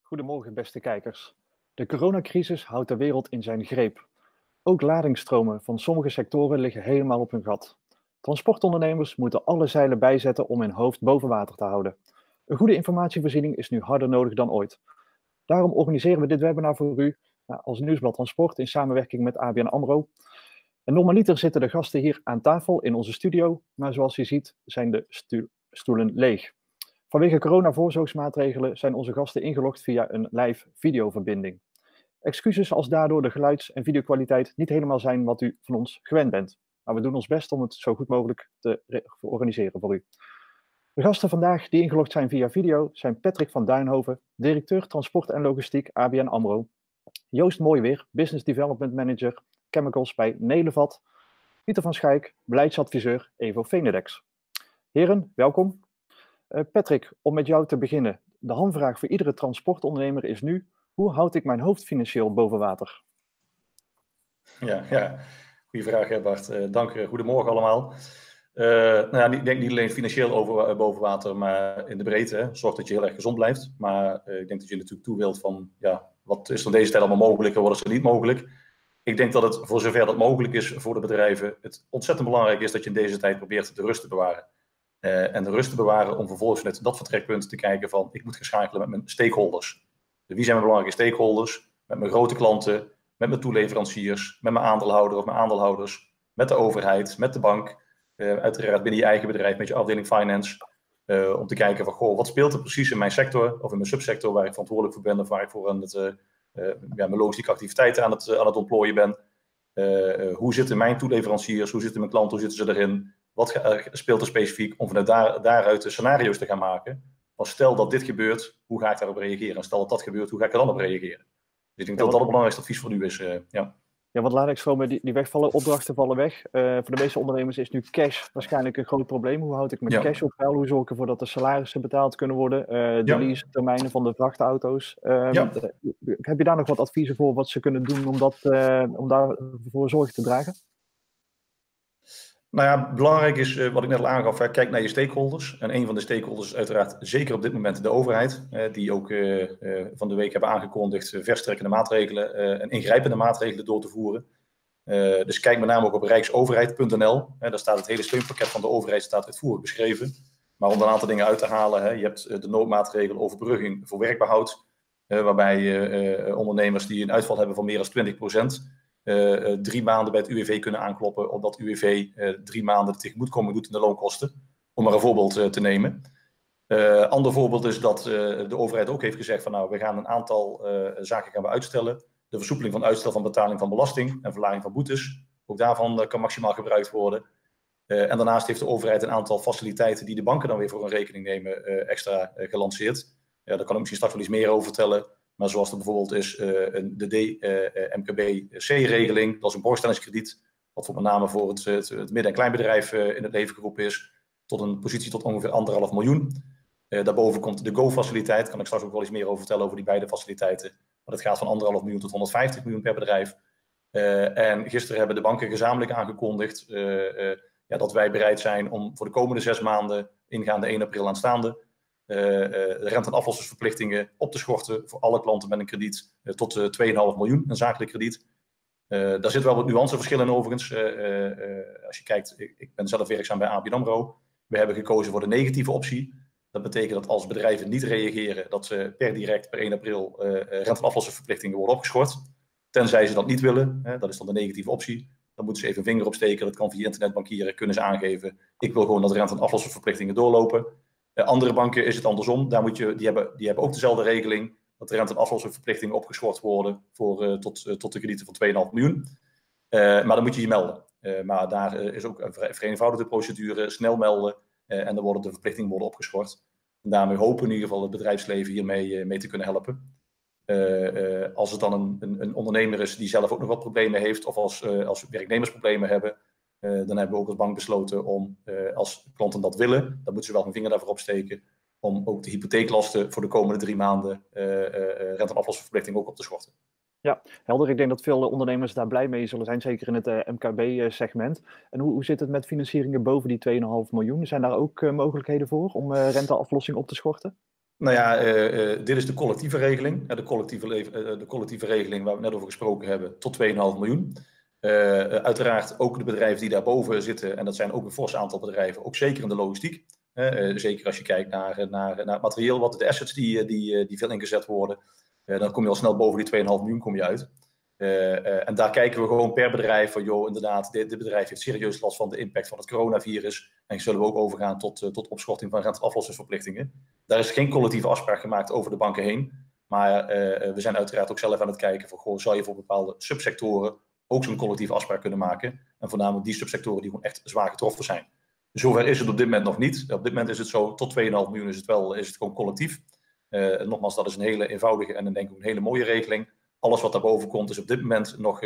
Goedemorgen, beste kijkers. De coronacrisis houdt de wereld in zijn greep. Ook ladingsstromen van sommige sectoren liggen helemaal op hun gat. Transportondernemers moeten alle zeilen bijzetten om hun hoofd boven water te houden. Een goede informatievoorziening is nu harder nodig dan ooit. Daarom organiseren we dit webinar voor u als Nieuwsblad Transport in samenwerking met ABN AMRO. En normaliter zitten de gasten hier aan tafel in onze studio, maar zoals u ziet zijn de stoelen leeg. Vanwege corona-voorzorgsmaatregelen zijn onze gasten ingelogd via een live videoverbinding. Excuses als daardoor de geluids- en videokwaliteit niet helemaal zijn wat u van ons gewend bent. Maar we doen ons best om het zo goed mogelijk te organiseren voor u. De gasten vandaag die ingelogd zijn via video zijn Patrick van Duinhoven, directeur Transport en Logistiek ABN AMRO. Joost Mooiweer, Business Development Manager Chemicals bij Nelevat. Pieter van Schaik, beleidsadviseur Evo Venedex. Heren, welkom. Patrick, om met jou te beginnen. De hamvraag voor iedere transportondernemer is nu: hoe houd ik mijn hoofd financieel boven water? Ja, goede vraag Bart. Dank, goedemorgen allemaal. Ik denk niet alleen financieel boven water, maar in de breedte. Zorg dat je heel erg gezond blijft. Maar ik denk dat je natuurlijk toe wilt van, wat is er deze tijd allemaal mogelijk en wat is er niet mogelijk? Ik denk dat het, voor zover dat mogelijk is voor de bedrijven, het ontzettend belangrijk is dat je in deze tijd probeert de rust te bewaren. En de rust te bewaren om vervolgens vanuit dat vertrekpunt te kijken van, ik moet gaan schakelen met mijn stakeholders. Wie zijn mijn belangrijke stakeholders? Met mijn grote klanten, met mijn toeleveranciers, met mijn aandeelhouder of mijn aandeelhouders, met de overheid, met de bank, uiteraard binnen je eigen bedrijf, met je afdeling finance, om te kijken van, wat speelt er precies in mijn sector of in mijn subsector waar ik verantwoordelijk voor ben of waar ik voor aan mijn logistieke activiteiten aan het ontplooien ben. Hoe zitten mijn toeleveranciers, hoe zitten mijn klanten, hoe zitten ze erin? Wat speelt er specifiek om vanuit daaruit de scenario's te gaan maken? Want stel dat dit gebeurt, hoe ga ik daarop reageren? En stel dat gebeurt, hoe ga ik er dan op reageren? Dus ik denk dat dat het belangrijkste advies voor u is. Ja, want ladingsstromen die wegvallen, opdrachten vallen weg. Voor de meeste ondernemers is nu cash waarschijnlijk een groot probleem. Hoe houd ik mijn cash op peil? Hoe zorg ik ervoor dat de salarissen betaald kunnen worden? De leasetermijnen van de vrachtauto's. Heb je daar nog wat adviezen voor wat ze kunnen doen om daarvoor zorg te dragen? Belangrijk is, wat ik net al aangaf, kijk naar je stakeholders. En een van de stakeholders is uiteraard zeker op dit moment de overheid. Die ook van de week hebben aangekondigd verstrekkende maatregelen en ingrijpende maatregelen door te voeren. Dus kijk met name ook op rijksoverheid.nl. Daar staat het hele steunpakket van de overheid staat uitvoerig beschreven. Maar om er een aantal dingen uit te halen, je hebt de noodmaatregel overbrugging voor werkbehoud. Waarbij ondernemers die een uitval hebben van meer dan 20%... 3 maanden bij het UWV kunnen aankloppen, omdat UWV 3 maanden de tegemoetkoming doet in de loonkosten. Om maar een voorbeeld te nemen. Ander voorbeeld is dat de overheid ook heeft gezegd van we gaan een aantal zaken gaan we uitstellen. De versoepeling van uitstel van betaling van belasting en verlaging van boetes. Ook daarvan kan maximaal gebruikt worden. En daarnaast heeft de overheid een aantal faciliteiten die de banken dan weer voor hun rekening nemen extra gelanceerd. Daar kan ik misschien straks wel iets meer over vertellen. Maar zoals er bijvoorbeeld is de DMKB-C-regeling, dat is een borgstellingskrediet, wat met name voor het midden- en kleinbedrijf in het leven geroepen is, tot een positie tot ongeveer 1,5 miljoen. Daarboven komt de GO-faciliteit, daar kan ik straks ook wel iets meer over vertellen over die beide faciliteiten. Maar dat gaat van 1,5 miljoen tot 150 miljoen per bedrijf. En gisteren hebben de banken gezamenlijk aangekondigd dat wij bereid zijn om voor de komende 6 maanden, ingaande 1 april aanstaande, de rente- en aflossingsverplichtingen op te schorten voor alle klanten met een krediet tot 2,5 miljoen, een zakelijk krediet. Daar zit wel wat nuanceverschillen in overigens. Als je kijkt, ik ben zelf werkzaam bij ABN AMRO. We hebben gekozen voor de negatieve optie. Dat betekent dat als bedrijven niet reageren, dat ze per 1 april rente- en aflossingsverplichtingen worden opgeschort. Tenzij ze dat niet willen, dat is dan de negatieve optie. Dan moeten ze even een vinger opsteken, dat kan via internetbankieren, kunnen ze aangeven. Ik wil gewoon dat de rente- en aflossingsverplichtingen doorlopen. Andere banken is het andersom. Die hebben ook dezelfde regeling. Dat de rente- en aflossingsverplichtingen opgeschort worden tot de kredieten van 2,5 miljoen. Maar dan moet je je melden. Maar daar is ook een vereenvoudigde procedure. Snel melden. En dan worden de verplichtingen opgeschort. En daarmee hopen in ieder geval het bedrijfsleven hiermee mee te kunnen helpen. Als het dan een ondernemer is die zelf ook nog wat problemen heeft. Of als werknemers problemen hebben. Dan hebben we ook als bank besloten om, als klanten dat willen, dan moeten ze wel hun vinger daarvoor opsteken, om ook de hypotheeklasten voor de komende 3 maanden rente- en aflossingsverplichting ook op te schorten. Ja, helder. Ik denk dat veel ondernemers daar blij mee zullen zijn, zeker in het MKB-segment. En hoe zit het met financieringen boven die 2,5 miljoen? Zijn daar ook mogelijkheden voor om renteaflossing op te schorten? Nou ja, dit is de collectieve regeling. De collectieve regeling waar we net over gesproken hebben, tot 2,5 miljoen. Uiteraard ook de bedrijven die daarboven zitten, en dat zijn ook een fors aantal bedrijven, ook zeker in de logistiek. Zeker als je kijkt naar het materieel, de assets die veel ingezet worden. Dan kom je al snel boven die 2,5 miljoen kom je uit. En daar kijken we gewoon per bedrijf van, joh, inderdaad, dit bedrijf heeft serieus last van de impact van het coronavirus. En zullen we ook overgaan tot opschorting van renteaflossingsverplichtingen. Daar is geen collectieve afspraak gemaakt over de banken heen. Maar we zijn uiteraard ook zelf aan het kijken van, goh, zou je voor bepaalde subsectoren ook zo'n collectieve afspraak kunnen maken. En voornamelijk die subsectoren die gewoon echt zwaar getroffen zijn. Dus zover is het op dit moment nog niet. Op dit moment is het zo, tot 2,5 miljoen is het gewoon collectief. Nogmaals, dat is een hele eenvoudige en denk ik een hele mooie regeling. Alles wat daarboven komt is op dit moment nog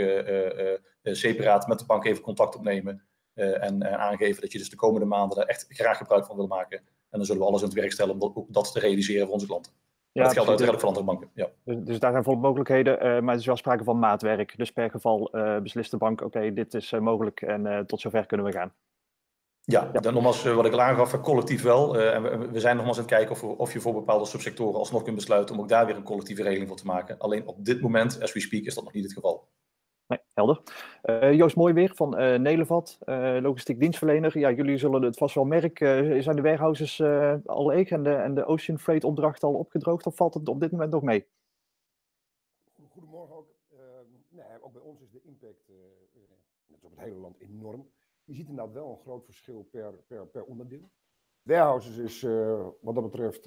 separaat met de bank even contact opnemen. En aangeven dat je dus de komende maanden daar echt graag gebruik van wil maken. En dan zullen we alles in het werk stellen om dat te realiseren voor onze klanten. Ja, dat geldt uiteraard voor andere banken. Ja. Dus daar zijn volop mogelijkheden, maar er is wel sprake van maatwerk. Dus per geval beslist de bank, oké, dit is mogelijk en tot zover kunnen we gaan. Ja, dan nogmaals wat ik al aangaf, collectief wel. En we zijn nogmaals aan het kijken of je voor bepaalde subsectoren alsnog kunt besluiten om ook daar weer een collectieve regeling voor te maken. Alleen op dit moment, as we speak, is dat nog niet het geval. Nee, helder. Joost Mooi weer van Nelevat, logistiek dienstverlener. Ja, jullie zullen het vast wel merken. Zijn de warehouses al leeg en de Ocean Freight opdracht al opgedroogd? Of valt het op dit moment nog mee? Goedemorgen ook. Nee, ook bij ons is de impact, net op het hele land, enorm. Je ziet inderdaad wel een groot verschil per onderdeel. Warehouses is wat dat betreft,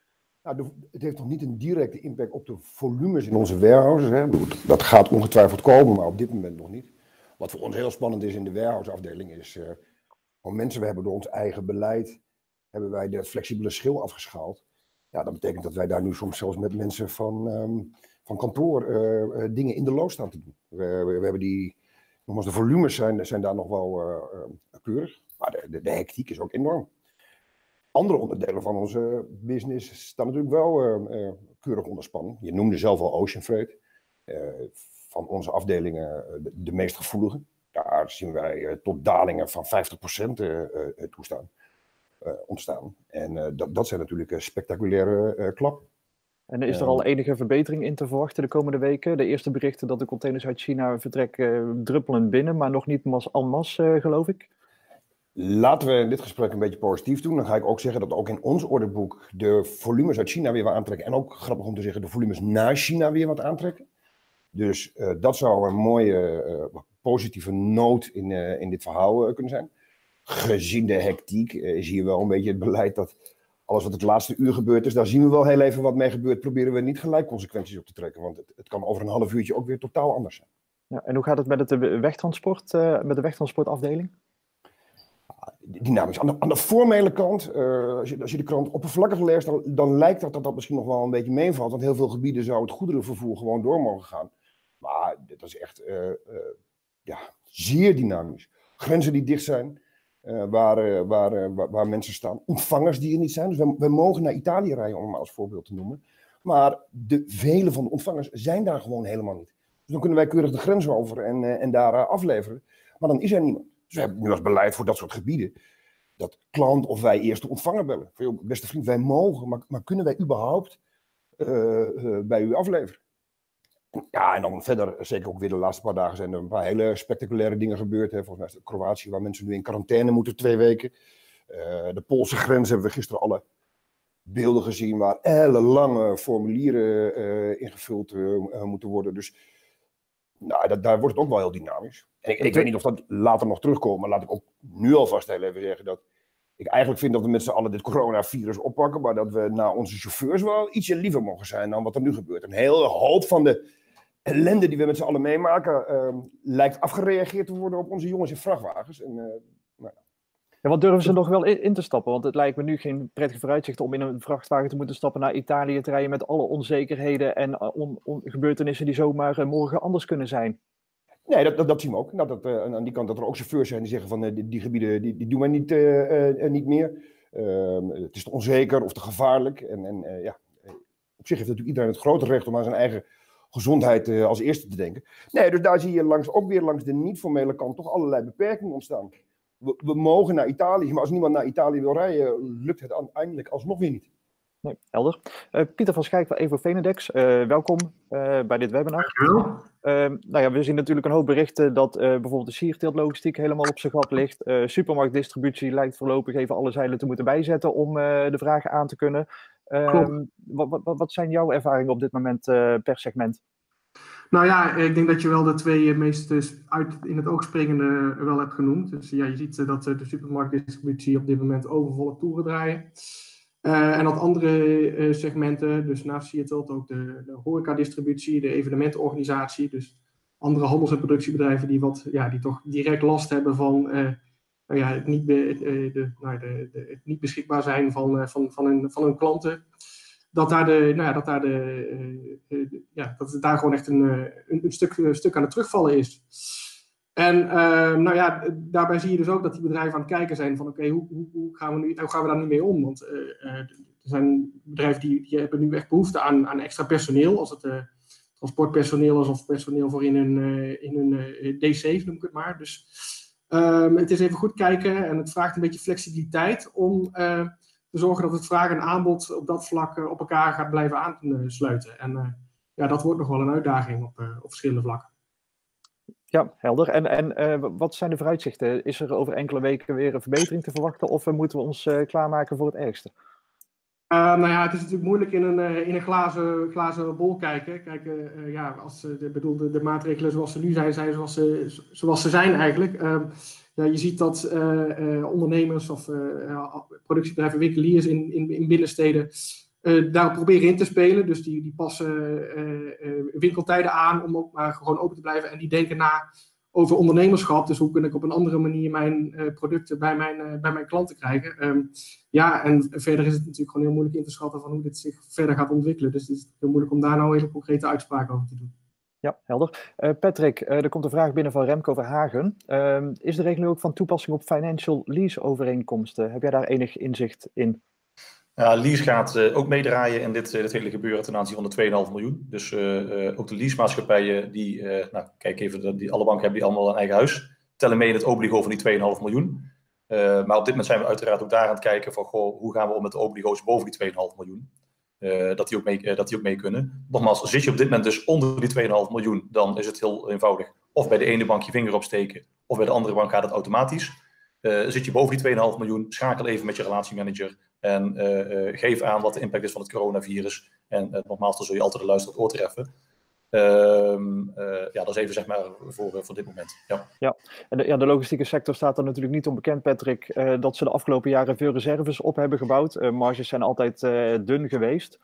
het heeft nog niet een directe impact op de volumes in onze warehouses. Hè. Dat gaat ongetwijfeld komen, maar op dit moment nog niet. Wat voor ons heel spannend is in de warehouse-afdeling is, we hebben door ons eigen beleid, hebben wij de flexibele schil afgeschaald. Ja, dat betekent dat wij daar nu soms zelfs met mensen van kantoor dingen in de loods staan te doen. We hebben nogmaals, de volumes zijn daar nog wel keurig, maar de hectiek is ook enorm. Andere onderdelen van onze business staan natuurlijk wel keurig onder spanning. Je noemde zelf al Ocean Freight. Van onze afdelingen de meest gevoelige. Daar zien wij tot dalingen van 50% ontstaan. En dat zijn natuurlijk spectaculaire klappen. En is er al enige verbetering in te verwachten de komende weken? De eerste berichten dat de containers uit China vertrekken druppelen binnen, maar nog niet en masse, geloof ik. Laten we in dit gesprek een beetje positief doen. Dan ga ik ook zeggen dat ook in ons orderboek de volumes uit China weer wat aantrekken. En ook grappig om te zeggen, de volumes naar China weer wat aantrekken. Dus dat zou een mooie positieve noot in dit verhaal kunnen zijn. Gezien de hectiek is hier wel een beetje het beleid dat alles wat het laatste uur gebeurd is, daar zien we wel heel even wat mee gebeurt. Proberen we niet gelijk consequenties op te trekken. Want het kan over een half uurtje ook weer totaal anders zijn. Ja, en hoe gaat het met het wegtransport, met de wegtransportafdeling? Dynamisch. Aan de formele kant, als je de krant oppervlakkig leest, dan lijkt dat misschien nog wel een beetje meevalt. Want heel veel gebieden zou het goederenvervoer gewoon door mogen gaan. Maar dat is echt zeer dynamisch. Grenzen die dicht zijn, waar mensen staan. Ontvangers die er niet zijn. Dus we mogen naar Italië rijden, om het maar als voorbeeld te noemen. Maar vele van de ontvangers zijn daar gewoon helemaal niet. Dus dan kunnen wij keurig de grens over en daar afleveren. Maar dan is er niemand. Dus we hebben nu als beleid voor dat soort gebieden dat klant of wij eerst de ontvanger bellen. Van, joh, beste vriend, wij mogen, maar kunnen wij überhaupt bij u afleveren? Ja, en dan verder, zeker ook weer de laatste paar dagen zijn er een paar hele spectaculaire dingen gebeurd. Hè. Volgens mij is het Kroatië, waar mensen nu in quarantaine moeten 2 weken. De Poolse grens hebben we gisteren alle beelden gezien waar ellenlange formulieren ingevuld moeten worden. Dus daar wordt het ook wel heel dynamisch. En ik weet niet of dat later nog terugkomt, maar laat ik ook nu alvast heel even zeggen dat ik eigenlijk vind dat we met z'n allen dit coronavirus oppakken, maar dat we naar onze chauffeurs wel ietsje liever mogen zijn dan wat er nu gebeurt. Een hele hoop van de ellende die we met z'n allen meemaken lijkt afgereageerd te worden op onze jongens in vrachtwagens. Ja, wat durven ze nog wel in te stappen? Want het lijkt me nu geen prettig vooruitzicht om in een vrachtwagen te moeten stappen naar Italië te rijden met alle onzekerheden en gebeurtenissen die zomaar morgen anders kunnen zijn. Nee, dat zien we ook. Aan die kant dat er ook chauffeurs zijn die zeggen van die gebieden die doen wij niet meer. Het is te onzeker of te gevaarlijk. Op zich heeft natuurlijk iedereen het grote recht om aan zijn eigen gezondheid als eerste te denken. Nee, dus daar zie je langs de niet-formele kant toch allerlei beperkingen ontstaan. We mogen naar Italië, maar als niemand naar Italië wil rijden, lukt het uiteindelijk alsnog weer niet. Nee, helder. Pieter van Schijk van Evo Venedex, welkom bij dit webinar. Nou ja, we zien natuurlijk een hoop berichten dat bijvoorbeeld de sierteeltlogistiek helemaal op zijn gat ligt. Supermarktdistributie lijkt voorlopig even alle zeilen te moeten bijzetten om de vragen aan te kunnen. Wat zijn jouw ervaringen op dit moment per segment? Nou ja, ik denk dat je wel de twee meest in het oog springende wel hebt genoemd. Dus ja, je ziet dat de supermarktdistributie op dit moment overvolle toeren draaien. En dat andere segmenten, dus naast Seattle ook de horecadistributie, de evenementenorganisatie, dus andere handels- en productiebedrijven die toch direct last hebben van het niet beschikbaar zijn van hun klanten. Dat het daar gewoon echt een stuk aan het terugvallen is. En daarbij zie je dus ook dat die bedrijven aan het kijken zijn van oké, hoe gaan we daar nu mee om? Want er zijn bedrijven die hebben nu echt behoefte aan extra personeel, als het transportpersoneel is of personeel voor in hun DC, noem ik het maar. Dus het is even goed kijken en het vraagt een beetje flexibiliteit om te zorgen dat het vraag en aanbod op dat vlak op elkaar gaat blijven aansluiten. En dat wordt nog wel een uitdaging op verschillende vlakken. Ja, helder. En wat zijn de vooruitzichten? Is er over enkele weken weer een verbetering te verwachten of moeten we ons klaarmaken voor het ergste? Het is natuurlijk moeilijk in een glazen bol kijken. Kijk, de maatregelen zoals ze nu zijn zoals ze zijn eigenlijk. Je ziet dat ondernemers of productiebedrijven, winkeliers in binnensteden daarop proberen in te spelen. Dus die passen winkeltijden aan om ook maar gewoon open te blijven. En die denken na over ondernemerschap. Dus hoe kun ik op een andere manier mijn producten bij mijn klanten krijgen. En verder is het natuurlijk gewoon heel moeilijk in te schatten van hoe dit zich verder gaat ontwikkelen. Dus het is heel moeilijk om daar nou hele concrete uitspraken over te doen. Ja, helder. Patrick, er komt een vraag binnen van Remco Verhagen. Is de regeling ook van toepassing op financial lease overeenkomsten? Heb jij daar enig inzicht in? Ja, lease gaat ook meedraaien in dit hele gebeuren ten aanzien van de 2,5 miljoen. Dus ook de leasemaatschappijen, kijk even, alle banken hebben die allemaal een eigen huis. Tellen mee in het obligo van die 2,5 miljoen. Maar op dit moment zijn we uiteraard ook daar aan het kijken van, hoe gaan we om met de obligo's boven die 2,5 miljoen. Dat die ook mee kunnen. Nogmaals, zit je op dit moment dus onder die 2,5 miljoen, dan is het heel eenvoudig. Of bij de ene bank je vinger opsteken, of bij de andere bank gaat het automatisch. Zit je boven die 2,5 miljoen, schakel even met je relatiemanager en geef aan wat de impact is van het coronavirus. En nogmaals, dan zul je altijd de luisteraar oor treffen. Dat is even zeg maar voor dit moment. Ja. En de logistieke sector staat er natuurlijk niet onbekend, Patrick, dat ze de afgelopen jaren veel reserves op hebben gebouwd. Marges zijn altijd dun geweest.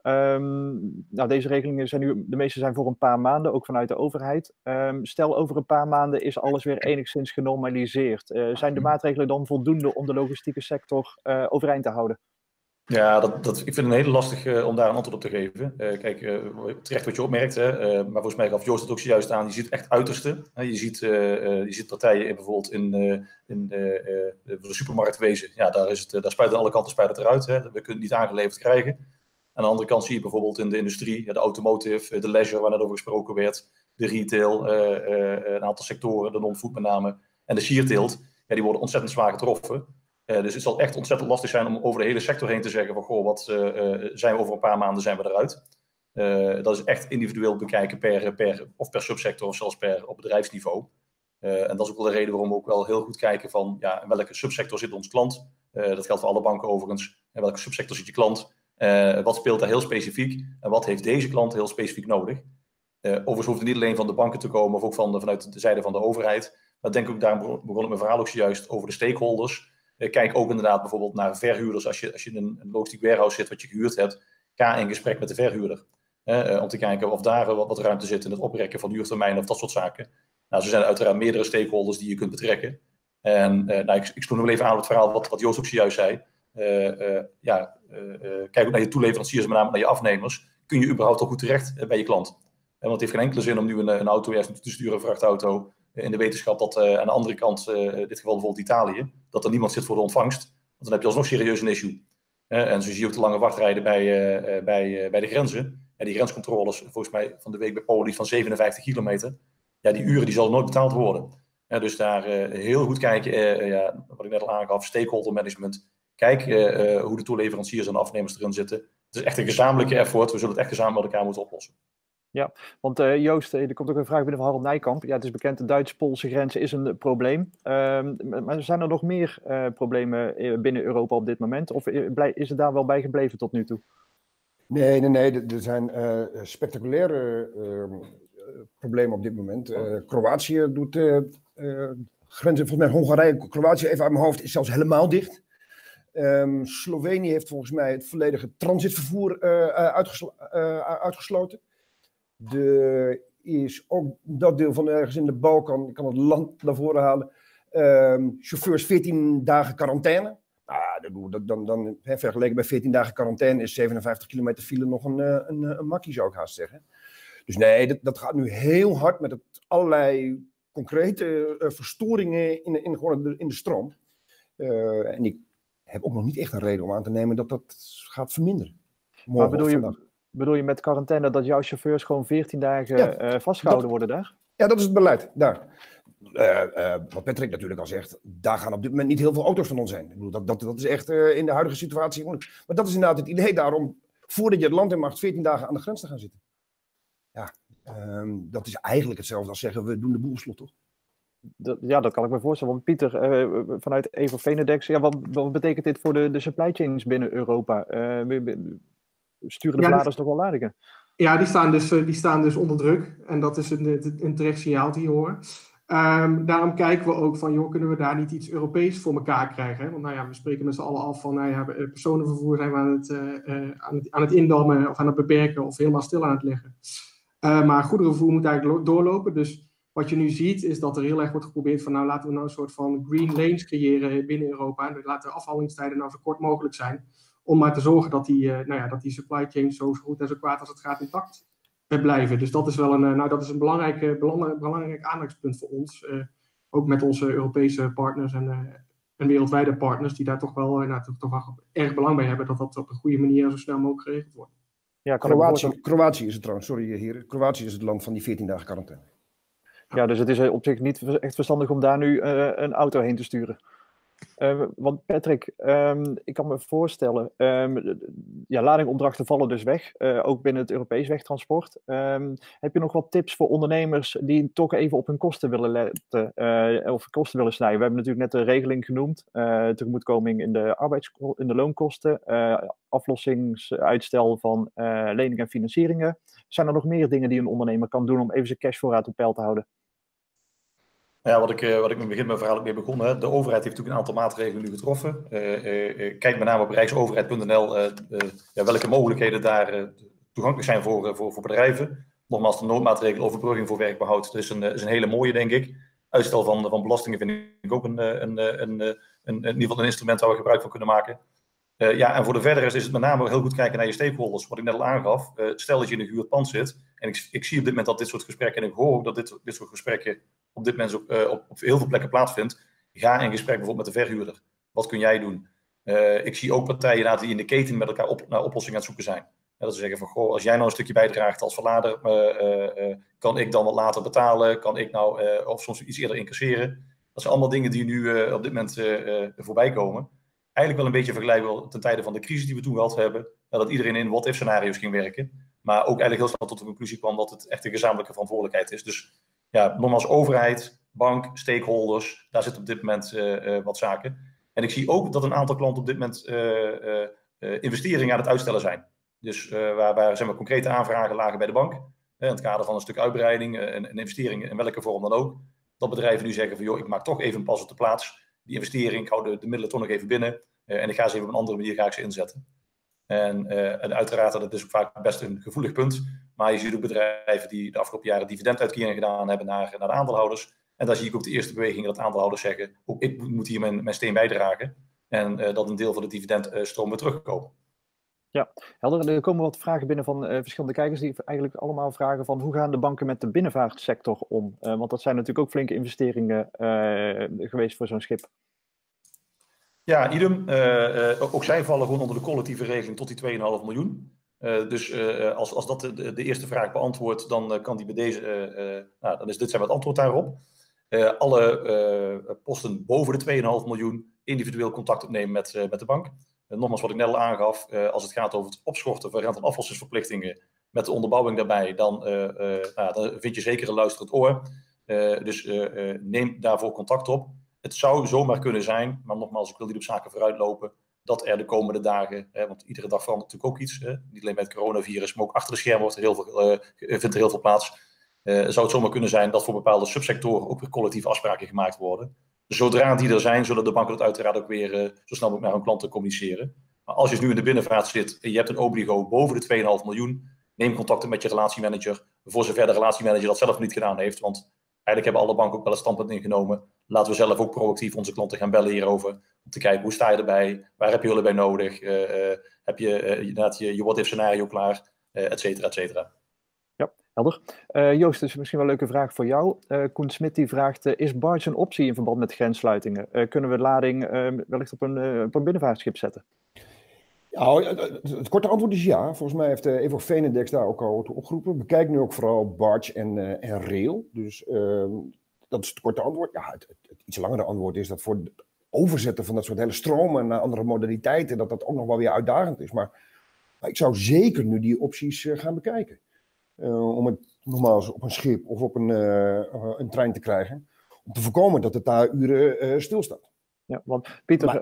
Deze regelingen de meeste zijn voor een paar maanden, ook vanuit de overheid. Stel over een paar maanden is alles weer enigszins genormaliseerd. Zijn de maatregelen dan voldoende om de logistieke sector overeind te houden? Ja, ik vind het een hele lastig om daar een antwoord op te geven. Kijk, terecht wat je opmerkt, maar volgens mij gaf Joost het ook zojuist aan, je ziet echt uiterste. Je ziet partijen bijvoorbeeld in de supermarktwezen, ja, daar spuiten alle kanten eruit. We kunnen het niet aangeleverd krijgen. Aan de andere kant zie je bijvoorbeeld in de industrie, de automotive, de leisure waar net over gesproken werd, de retail, een aantal sectoren, de non-food met name, en de sierteelt, ja, die worden ontzettend zwaar getroffen. Dus het zal echt ontzettend lastig zijn om over de hele sector heen te zeggen van, wat zijn we over een paar maanden zijn we eruit. Dat is echt individueel bekijken per subsector of zelfs op bedrijfsniveau. En dat is ook wel de reden waarom we ook wel heel goed kijken van, ja, in welke subsector zit ons klant. Dat geldt voor alle banken overigens. In welke subsector zit je klant? Wat speelt daar heel specifiek? En wat heeft deze klant heel specifiek nodig? Overigens hoeft het niet alleen van de banken te komen of ook vanuit de zijde van de overheid. Maar denk ook, daar begon ik mijn verhaal ook zojuist over de stakeholders. Kijk ook inderdaad bijvoorbeeld naar verhuurders. Als je in een logistiek warehouse zit wat je gehuurd hebt, ga in gesprek met de verhuurder. Om te kijken of daar wat ruimte zit in het oprekken van huurtermijnen of dat soort zaken. Nou, er zijn uiteraard meerdere stakeholders die je kunt betrekken. En ik sloeg nog wel even aan op het verhaal wat Joost ook zojuist zei. Kijk ook naar je toeleveranciers, met name naar je afnemers. Kun je überhaupt al goed terecht bij je klant? Want het heeft geen enkele zin om nu een auto ergens te sturen, een vrachtauto, in de wetenschap dat aan de andere kant, in dit geval bijvoorbeeld Italië, dat er niemand zit voor de ontvangst. Want dan heb je alsnog serieus een issue. En zo zie je ook de lange wachtrijden bij de grenzen. En die grenscontroles, volgens mij van de week bij Polen, van 57 kilometer. Ja, die uren die zal nooit betaald worden. Dus daar heel goed kijken, wat ik net al aangaf, stakeholder management. Kijk hoe de toeleveranciers en de afnemers erin zitten. Het is echt een gezamenlijke effort. We zullen het echt gezamenlijk met elkaar moeten oplossen. Ja, want Joost, er komt ook een vraag binnen van Harold Nijkamp. Ja, het is bekend, de Duits-Poolse grens is een probleem. Maar zijn er nog meer problemen binnen Europa op dit moment? Of is het daar wel bij gebleven tot nu toe? Nee. Er zijn spectaculaire problemen op dit moment. Kroatië doet grenzen, volgens mij Hongarije, Kroatië, even uit mijn hoofd, is zelfs helemaal dicht. Slovenië heeft volgens mij het volledige transitvervoer uitgesloten. Er is ook dat deel van ergens in de Balkan, ik kan het land naar voren halen, chauffeurs 14 dagen quarantaine. Dan vergeleken bij 14 dagen quarantaine is 57 kilometer file nog een makkie, zou ik haast zeggen. Dus nee, dat gaat nu heel hard met allerlei concrete verstoringen in de stroom. En ik heb ook nog niet echt een reden om aan te nemen dat dat gaat verminderen. Maar bedoel je met quarantaine dat jouw chauffeurs gewoon 14 dagen vastgehouden worden daar? Ja, dat is het beleid daar. Wat Patrick natuurlijk al zegt, daar gaan op dit moment niet heel veel auto's van ons zijn. Ik bedoel, dat is echt in de huidige situatie moeilijk. Maar dat is inderdaad het idee daarom, voordat je het land in mag, 14 dagen aan de grens te gaan zitten. Ja, dat is eigenlijk hetzelfde als zeggen, we doen de boel op slot, toch? Dat kan ik me voorstellen. Want Pieter, vanuit Evo Venedex, wat betekent dit voor de supply chains binnen Europa? Sturen de bladers toch wel ladingen? Ja, die staan dus onder druk. En dat is een terecht signaal te horen. Daarom kijken we ook van, kunnen we daar niet iets Europees voor elkaar krijgen? Hè? Want we spreken met z'n allen af van, personenvervoer zijn we aan het indammen of aan het beperken of helemaal stil aan het leggen. Maar goederenvervoer moet eigenlijk doorlopen. Dus wat je nu ziet is dat er heel erg wordt geprobeerd van, laten we nou een soort van green lanes creëren binnen Europa. En laten de afhandelingstijden nou zo kort mogelijk zijn. Om maar te zorgen dat die supply chains zo goed en zo kwaad als het gaat intact blijven. Dus dat is wel een belangrijk aandachtspunt voor ons. Ook met onze Europese partners en wereldwijde partners die daar toch wel erg belang bij hebben dat dat op een goede manier zo snel mogelijk geregeld wordt. Ja, Kroatië is het trouwens, sorry heren. Kroatië is het land van die 14 dagen quarantaine. Ja, dus het is op zich niet echt verstandig om daar nu een auto heen te sturen. Want Patrick, ik kan me voorstellen, ladingopdrachten vallen dus weg, ook binnen het Europees wegtransport. Heb je nog wat tips voor ondernemers die toch even op hun kosten willen letten of kosten willen snijden? We hebben natuurlijk net de regeling genoemd, tegemoetkoming in de loonkosten, aflossingsuitstel van leningen en financieringen. Zijn er nog meer dingen die een ondernemer kan doen om even zijn cashvoorraad op peil te houden? Ja, wat ik in het begin mijn verhaal ook mee begon. De overheid heeft natuurlijk een aantal maatregelen nu getroffen. Kijk met name op rijksoverheid.nl welke mogelijkheden daar toegankelijk zijn voor bedrijven. Nogmaals, de noodmaatregel overbrugging voor werkbehoud. Dat is een hele mooie, denk ik. Uitstel van belastingen vind ik ook in ieder geval een instrument waar we gebruik van kunnen maken. En voor de verdere is het met name heel goed kijken naar je stakeholders. Wat ik net al aangaf. Stel dat je in een gehuurd pand zit. En ik zie op dit moment dat dit soort gesprekken, en ik hoor ook dat dit soort gesprekken op dit moment op heel veel plekken plaatsvindt. Ga in gesprek bijvoorbeeld met de verhuurder. Wat kun jij doen? Ik zie ook partijen die in de keten met elkaar naar oplossingen aan het zoeken zijn. Dat ze zeggen van, als jij nou een stukje bijdraagt als verlader, kan ik dan wat later betalen? Kan ik of soms iets eerder incasseren? Dat zijn allemaal dingen die nu op dit moment voorbij komen. Eigenlijk wel een beetje vergelijkbaar ten tijde van de crisis die we toen gehad hebben. Dat iedereen in what-if scenario's ging werken. Maar ook eigenlijk heel snel tot de conclusie kwam dat het echt een gezamenlijke verantwoordelijkheid is. Dus nogmaals, overheid, bank, stakeholders, daar zit op dit moment wat zaken. En ik zie ook dat een aantal klanten op dit moment investeringen aan het uitstellen zijn. Dus waar concrete aanvragen lagen bij de bank. In het kader van een stuk uitbreiding, een investering in welke vorm dan ook. Dat bedrijven nu zeggen van, ik maak toch even een pas op de plaats. Die investering, ik hou de middelen toch nog even binnen. En ik ga ze even op een andere manier inzetten. En uiteraard, dat is ook vaak best een gevoelig punt. Maar je ziet ook bedrijven die de afgelopen jaren dividenduitkeringen gedaan hebben naar de aandeelhouders. En daar zie ik ook de eerste bewegingen dat aandeelhouders zeggen, ook ik moet hier mijn steen bijdragen. En dat een deel van de dividendstroom weer terugkomen. Ja, helder. Er komen wat vragen binnen van verschillende kijkers die eigenlijk allemaal vragen van hoe gaan de banken met de binnenvaartsector om? Want dat zijn natuurlijk ook flinke investeringen geweest voor zo'n schip. Ja, idem. Ook zij vallen gewoon onder de collectieve regeling tot die 2,5 miljoen. Dus als dat de eerste vraag beantwoordt, dan kan die bij deze, dan is dit zijn het antwoord daarop. alle posten boven de 2,5 miljoen individueel contact opnemen met de bank. Nogmaals, wat ik net al aangaf, als het gaat over het opschorten van rente- en aflossingsverplichtingen met de onderbouwing daarbij, dan vind je zeker een luisterend oor. Dus neem daarvoor contact op. Het zou zomaar kunnen zijn, maar nogmaals, ik wil niet op zaken vooruitlopen, dat er de komende dagen, want iedere dag verandert natuurlijk ook iets, niet alleen met het coronavirus, maar ook achter de schermen vindt er heel veel plaats. Zou het zomaar kunnen zijn dat voor bepaalde subsectoren ook weer collectieve afspraken gemaakt worden. Zodra die er zijn, zullen de banken dat uiteraard ook weer zo snel mogelijk naar hun klanten communiceren. Maar als je nu in de binnenvaart zit en je hebt een obligo boven de 2,5 miljoen, neem contact met je relatiemanager, voor zover de relatiemanager dat zelf niet gedaan heeft. Want eigenlijk hebben alle banken ook wel een standpunt ingenomen. Laten we zelf ook proactief onze klanten gaan bellen hierover. Om te kijken, hoe sta je erbij? Waar heb je hulp bij nodig? Heb je inderdaad je what-if scenario klaar? Et cetera, et cetera. Ja, helder. Joost, dus misschien wel een leuke vraag voor jou. Koen Smit die vraagt, is barge een optie in verband met grenssluitingen? Kunnen we lading wellicht op een binnenvaartschip zetten? Ja, het korte antwoord is ja. Volgens mij heeft Evo Venedex daar ook al toe opgeroepen. Bekijk nu ook vooral barge en rail. Dus dat is het korte antwoord. Ja, het iets langere antwoord is dat voor het overzetten van dat soort hele stromen naar andere modaliteiten, dat ook nog wel weer uitdagend is. Maar ik zou zeker nu die opties gaan bekijken. Om het nogmaals op een schip of op een trein te krijgen. Om te voorkomen dat het daar uren stilstaat. Ja, want Pieter,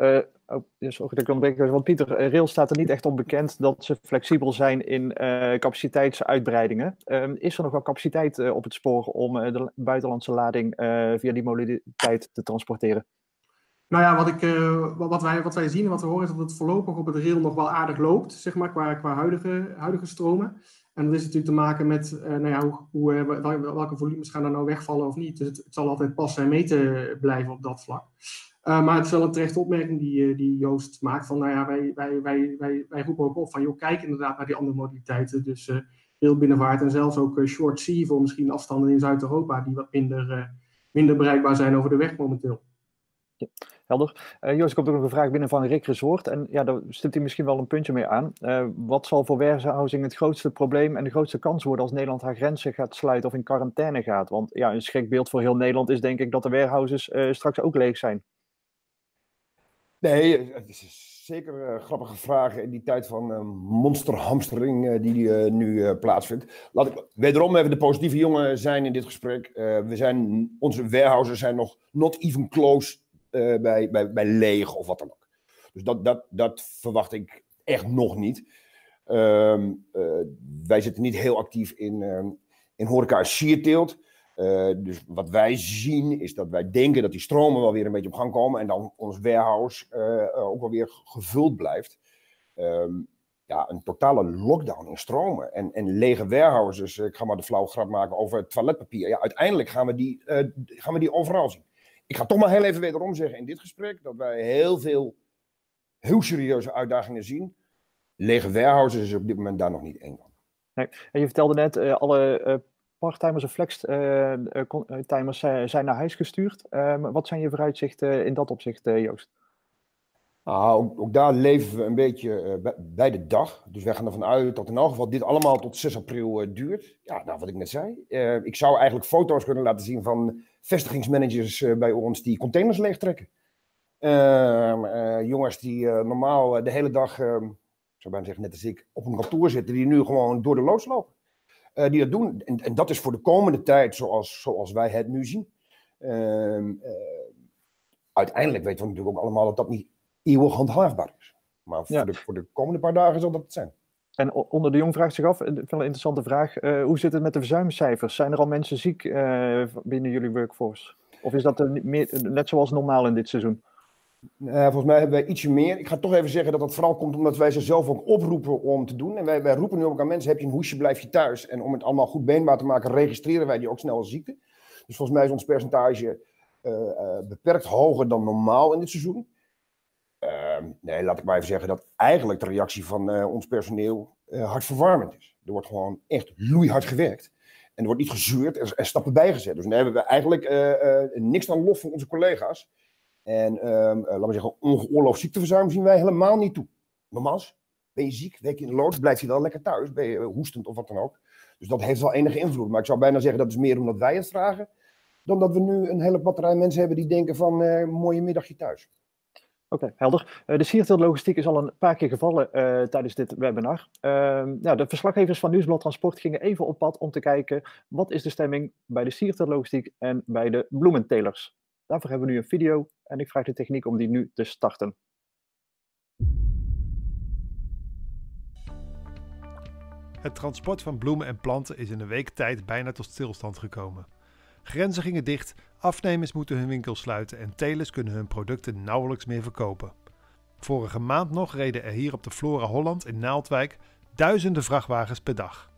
want Pieter, rail staat er niet echt op bekend dat ze flexibel zijn in capaciteitsuitbreidingen. Is er nog wel capaciteit op het spoor om de buitenlandse lading via die modaliteit te transporteren? Nou ja, wat wij zien en wat we horen is dat het voorlopig op het rail nog wel aardig loopt, zeg maar, qua huidige stromen. En dat is natuurlijk te maken met welke volumes gaan er nou wegvallen of niet. Dus het zal altijd passen en meten blijven op dat vlak. Maar het is wel een terechte opmerking die Joost maakt. Van, nou ja, wij roepen ook op van, joh, kijk inderdaad naar die andere modaliteiten. Dus railbinnenvaart en zelfs ook short sea voor misschien afstanden in Zuid-Europa die wat minder bereikbaar zijn over de weg momenteel. Ja, helder. Joost, er komt ook nog een vraag binnen van Rick Resort. En ja, daar stipt hij misschien wel een puntje mee aan. Wat zal voor warehousing het grootste probleem en de grootste kans worden als Nederland haar grenzen gaat sluiten of in quarantaine gaat? Want ja, een schrikbeeld voor heel Nederland is denk ik dat de warehouses straks ook leeg zijn. Nee, het is zeker een grappige vraag in die tijd van monsterhamstering die nu plaatsvindt. Laat ik wederom even de positieve jongen zijn in dit gesprek. Onze warehouses zijn nog not even close bij leeg of wat dan ook. Dus dat verwacht ik echt nog niet. Wij zitten niet heel actief in horeca en sierteelt. Dus wat wij zien is dat wij denken dat die stromen wel weer een beetje op gang komen en dan ons warehouse ook wel weer gevuld blijft. Een totale lockdown in stromen en lege warehouses. Ik ga maar de flauwe grap maken over het toiletpapier. Ja, uiteindelijk gaan we die overal zien. Ik ga toch maar heel even wederom zeggen in dit gesprek dat wij heel serieuze uitdagingen zien. Lege warehouses is op dit moment daar nog niet één van. Nee. En je vertelde net alle parttimers en flextimers zijn naar huis gestuurd. Wat zijn je vooruitzichten in dat opzicht, Joost? Ook daar leven we een beetje bij de dag. Dus wij gaan ervan uit dat in elk geval dit allemaal tot 6 april duurt. Ja, nou wat ik net zei. Ik zou eigenlijk foto's kunnen laten zien van vestigingsmanagers bij ons die containers leegtrekken. Jongens die normaal de hele dag, ik zou bijna zeggen net als ik, op een kantoor zitten, die nu gewoon door de loods lopen. Die dat doen. En dat is voor de komende tijd zoals wij het nu zien. Uiteindelijk weten we natuurlijk ook allemaal dat dat niet eeuwig handhaafbaar is. Maar voor de komende paar dagen zal dat het zijn. En onder de jong vraagt zich af, een interessante vraag, hoe zit het met de verzuimcijfers? Zijn er al mensen ziek binnen jullie workforce? Of is dat net zoals normaal in dit seizoen? Volgens mij hebben wij ietsje meer. Ik ga toch even zeggen dat dat vooral komt omdat wij ze zelf ook oproepen om te doen. En wij roepen nu ook aan mensen, heb je een hoesje, blijf je thuis. En om het allemaal goed beenbaar te maken, registreren wij die ook snel als ziekte. Dus volgens mij is ons percentage beperkt hoger dan normaal in dit seizoen. Laat ik maar even zeggen dat eigenlijk de reactie van ons personeel hartverwarmend is. Er wordt gewoon echt loeihard gewerkt. En er wordt niet gezeurd, er stappen bijgezet. Dus daar hebben we eigenlijk niks aan lof van onze collega's. En laten we zeggen, ongeoorloofd ziekteverzuim zien wij helemaal niet toe. Nogmaals, ben je ziek, werk je in de loods, blijf je wel lekker thuis. Ben je hoestend of wat dan ook. Dus dat heeft wel enige invloed. Maar ik zou bijna zeggen dat is meer omdat wij het vragen. dan dat we nu een hele batterij mensen hebben die denken van mooie middagje thuis. Oké, helder. De sierteeltlogistiek is al een paar keer gevallen tijdens dit webinar. De verslaggevers van Nieuwsblad Transport gingen even op pad om te kijken wat is de stemming bij de sierteeltlogistiek en bij de bloementelers. Daarvoor hebben we nu een video en ik vraag de techniek om die nu te starten. Het transport van bloemen en planten is in een week tijd bijna tot stilstand gekomen. Grenzen gingen dicht, afnemers moeten hun winkels sluiten en telers kunnen hun producten nauwelijks meer verkopen. Vorige maand nog reden er hier op de Flora Holland in Naaldwijk duizenden vrachtwagens per dag.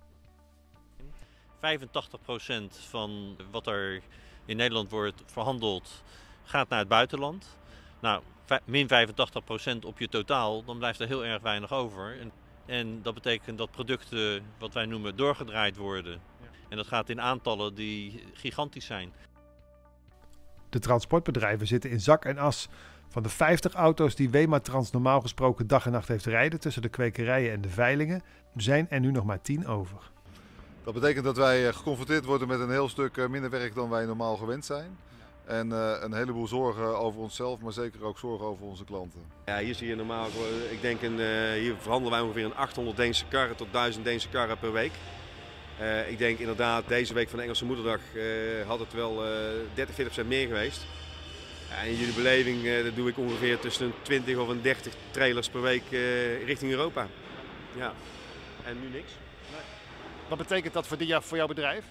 85% van wat er in Nederland wordt verhandeld gaat naar het buitenland. Nou, min 85% op je totaal, dan blijft er heel erg weinig over. En dat betekent dat producten, wat wij noemen, doorgedraaid worden. En dat gaat in aantallen die gigantisch zijn. De transportbedrijven zitten in zak en as. Van de 50 auto's die Wematrans normaal gesproken dag en nacht heeft rijden tussen de kwekerijen en de veilingen, zijn er nu nog maar 10 over. Dat betekent dat wij geconfronteerd worden met een heel stuk minder werk dan wij normaal gewend zijn. En een heleboel zorgen over onszelf, maar zeker ook zorgen over onze klanten. Ja, hier zie je normaal, ik denk hier verhandelen wij ongeveer een 800 Deense karren tot 1000 Deense karren per week. Ik denk inderdaad, deze week van de Engelse Moederdag had het wel 30-40% meer geweest. En in jullie beleving dat doe ik ongeveer tussen een 20 of een 30 trailers per week richting Europa. Ja. En nu niks. Nee. Wat betekent dat voor jouw bedrijf?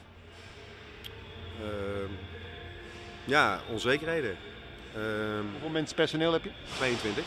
Ja, onzekerheden. Hoeveel mensen personeel heb je? 22.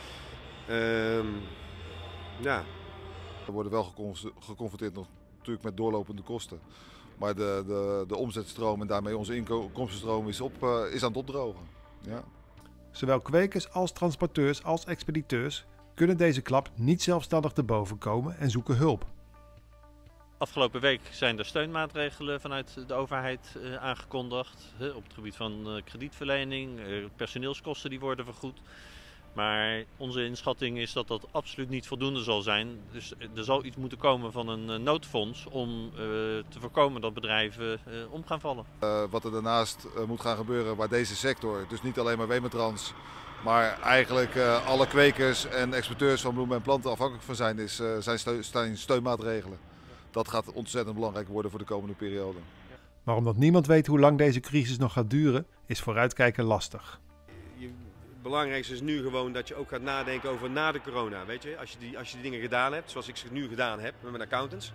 Ja. We worden wel geconfronteerd natuurlijk met doorlopende kosten. Maar de omzetstroom en daarmee onze inkomstenstroom is aan het opdrogen. Ja. Zowel kwekers als transporteurs als expediteurs kunnen deze klap niet zelfstandig te boven komen en zoeken hulp. Afgelopen week zijn er steunmaatregelen vanuit de overheid aangekondigd. Op het gebied van kredietverlening, personeelskosten die worden vergoed. Maar onze inschatting is dat dat absoluut niet voldoende zal zijn. Dus er zal iets moeten komen van een noodfonds om te voorkomen dat bedrijven om gaan vallen. Wat er daarnaast moet gaan gebeuren waar deze sector, dus niet alleen maar Wematrans, maar eigenlijk alle kwekers en exporteurs van bloemen en planten afhankelijk van zijn steunmaatregelen. Dat gaat ontzettend belangrijk worden voor de komende periode. Maar omdat niemand weet hoe lang deze crisis nog gaat duren, is vooruitkijken lastig. Het belangrijkste is nu gewoon dat je ook gaat nadenken over na de corona. Weet je? Als je die dingen gedaan hebt, zoals ik ze nu gedaan heb met mijn accountants.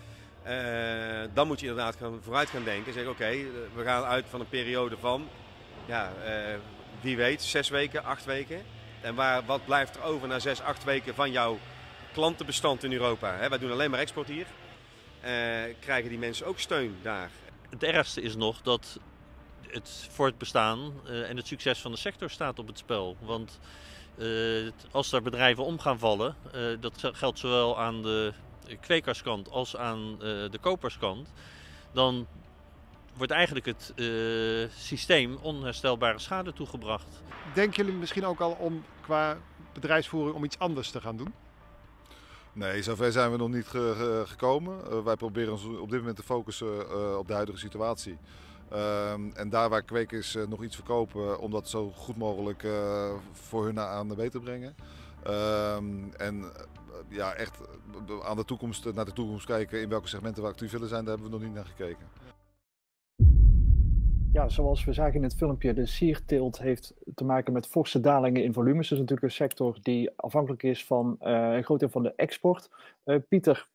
Dan moet je inderdaad vooruit gaan denken en zeggen oké, we gaan uit van een periode van, wie weet, 6 weken, 8 weken. En wat blijft er over na 6, 8 weken van jouw klantenbestand in Europa? Wij doen alleen maar export hier. Krijgen die mensen ook steun daar? Het ergste is nog dat het voortbestaan en het succes van de sector staat op het spel. Want als er bedrijven om gaan vallen, dat geldt zowel aan de kwekerskant als aan de koperskant, dan wordt eigenlijk het systeem onherstelbare schade toegebracht. Denken jullie misschien ook al om qua bedrijfsvoering om iets anders te gaan doen? Nee, zover zijn we nog niet gekomen. Wij proberen ons op dit moment te focussen op de huidige situatie. En daar waar kwekers nog iets verkopen, om dat zo goed mogelijk voor hun aan de weet te brengen. Echt naar de toekomst kijken in welke segmenten we actief willen zijn, daar hebben we nog niet naar gekeken. Ja, zoals we zagen in het filmpje, de sierteelt heeft te maken met forse dalingen in volumes. Dat is natuurlijk een sector die afhankelijk is van een groot deel van de export. Pieter,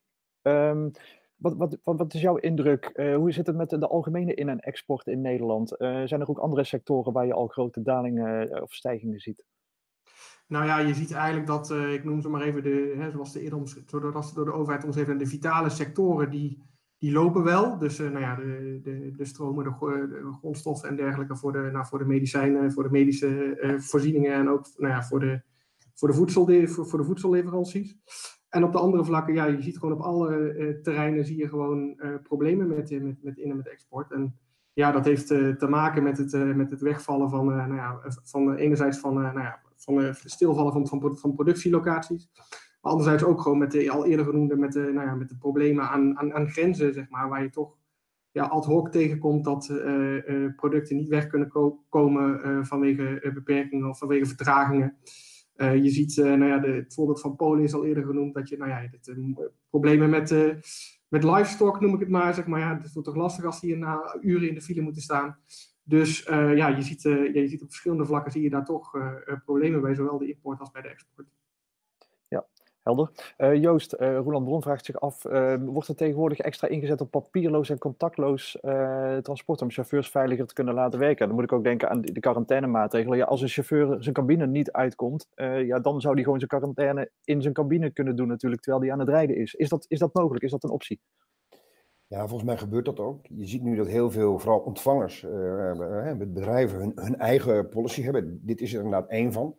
wat is jouw indruk? Hoe zit het met de algemene in- en export in Nederland? Zijn er ook andere sectoren waar je al grote dalingen of stijgingen ziet? Nou ja, je ziet eigenlijk dat, ik noem ze maar even, zoals door de overheid omschreven, de vitale sectoren die lopen wel. Dus de stromen, de grondstoffen en dergelijke voor de medicijnen, voor de medische voorzieningen en ook voor de voedselleveranties. En op de andere vlakken, ja, je ziet gewoon op alle terreinen zie je gewoon problemen met in- en met export. En ja, dat heeft te maken met het wegvallen van enerzijds van het stilvallen van productielocaties. Maar anderzijds ook gewoon met de al eerder genoemde met de problemen aan grenzen, zeg maar, waar je toch ad hoc tegenkomt dat producten niet weg kunnen komen vanwege beperkingen of vanwege vertragingen. Je ziet, het voorbeeld van Polen is al eerder genoemd, dat je problemen met livestock, noem ik het maar. Zeg maar het wordt toch lastig als die uren in de file moeten staan. Dus je ziet op verschillende vlakken zie je daar toch problemen bij, zowel de import als bij de export. Ja, helder. Joost, Roland Bron vraagt zich af, wordt er tegenwoordig extra ingezet op papierloos en contactloos transport om chauffeurs veiliger te kunnen laten werken? Dan moet ik ook denken aan de quarantainemaatregelen. Ja, als een chauffeur zijn cabine niet uitkomt, dan zou hij gewoon zijn quarantaine in zijn cabine kunnen doen natuurlijk, terwijl hij aan het rijden is. Is dat mogelijk? Is dat een optie? Ja, volgens mij gebeurt dat ook. Je ziet nu dat heel veel, vooral ontvangers, met bedrijven hun eigen policy hebben. Dit is er inderdaad één van.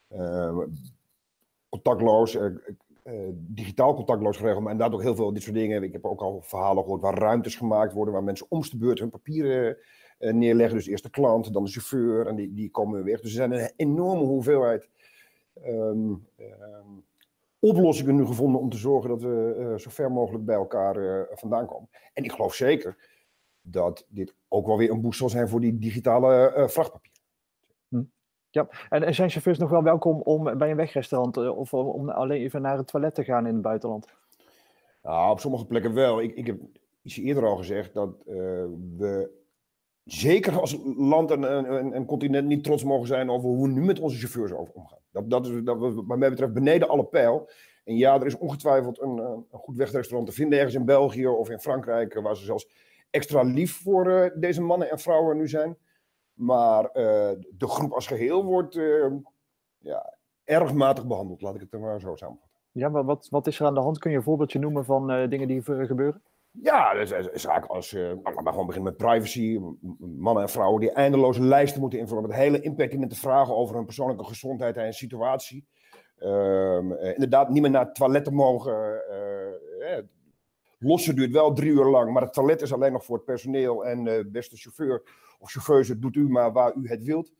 Contactloos, digitaal contactloos geregeld, maar inderdaad ook heel veel dit soort dingen. Ik heb ook al verhalen gehoord waar ruimtes gemaakt worden, waar mensen om de beurt hun papieren neerleggen. Dus eerst de klant, dan de chauffeur en die komen weer weg. Dus er zijn een enorme hoeveelheid oplossingen nu gevonden om te zorgen dat we zo ver mogelijk bij elkaar vandaan komen. En ik geloof zeker dat dit ook wel weer een boost zal zijn voor die digitale vrachtpapier. Ja, en zijn chauffeurs nog wel welkom om bij een wegrestaurant of om alleen even naar het toilet te gaan in het buitenland? Nou, op sommige plekken wel. Ik heb iets eerder al gezegd dat we zeker als land en continent niet trots mogen zijn over hoe we nu met onze chauffeurs omgaan. Dat is wat mij betreft beneden alle peil. En ja, er is ongetwijfeld een goed wegrestaurant te vinden ergens in België of in Frankrijk, waar ze zelfs extra lief voor deze mannen en vrouwen nu zijn. Maar de groep als geheel wordt erg matig behandeld, laat ik het er maar zo samenvatten. Ja, maar wat is er aan de hand? Kun je een voorbeeldje noemen van dingen die gebeuren? Ja, er zijn zaken als, maar gewoon beginnen met privacy. Mannen en vrouwen die eindeloze lijsten moeten invullen met hele impertinente vragen over hun persoonlijke gezondheid en situatie. Inderdaad, niet meer naar het toilet te mogen. Lossen duurt wel 3 uur lang, maar het toilet is alleen nog voor het personeel. En beste chauffeur of chauffeuse, doet u maar waar u het wilt.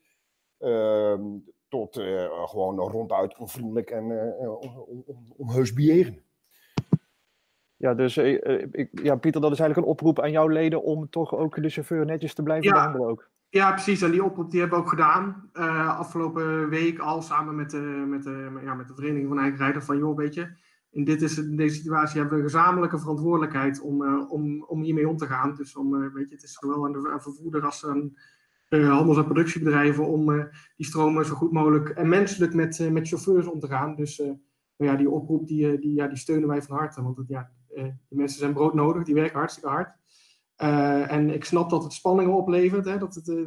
Tot gewoon ronduit onvriendelijk en onheus bejegenen. Ja, dus Pieter, dat is eigenlijk een oproep aan jouw leden om toch ook de chauffeur netjes te blijven behandelen ook. Ja, precies. En die oproep die hebben we ook gedaan. Afgelopen week al samen met de Vereniging van Eigen Rijders. Van joh, weet je, in deze situatie hebben we een gezamenlijke verantwoordelijkheid om hiermee om te gaan. Dus het is zowel aan de vervoerder als aan handels- en productiebedrijven om die stromen zo goed mogelijk en menselijk met chauffeurs om te gaan. Dus die oproep die steunen wij van harte. Want die mensen zijn broodnodig, die werken hartstikke hard. En ik snap dat het spanningen oplevert, hè,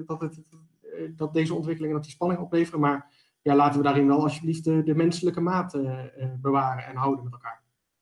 dat deze ontwikkelingen die spanning opleveren. Maar laten we daarin wel alsjeblieft de menselijke maat bewaren en houden met elkaar.